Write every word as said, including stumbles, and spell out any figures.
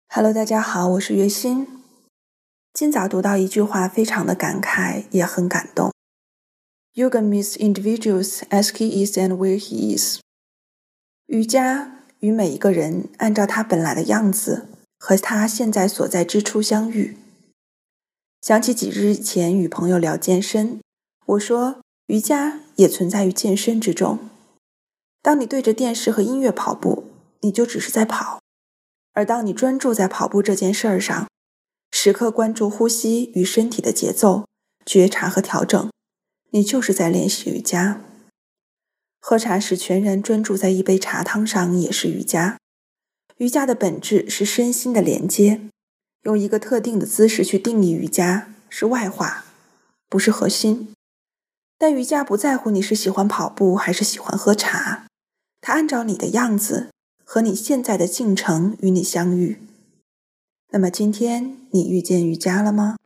Hello， 大家好，我是月心。今早读到一句话，非常的感慨，也很感动。Yoga meets individuals as he is and where he is。瑜伽与每一个人按照他本来的样子和他现在所在之处相遇。想起几日前与朋友聊健身，我说瑜伽也存在于健身之中。当你对着电视和音乐跑步，你就只是在跑。而当你专注在跑步这件事儿上，时刻关注呼吸与身体的节奏，觉察和调整，你就是在练习瑜伽。喝茶时全然专注在一杯茶汤上也是瑜伽。瑜伽的本质是身心的连接，用一个特定的姿势去定义瑜伽是外化，不是核心。但瑜伽不在乎你是喜欢跑步还是喜欢喝茶，它按照你的样子和你现在的进程与你相遇。那么今天你遇见瑜伽了吗？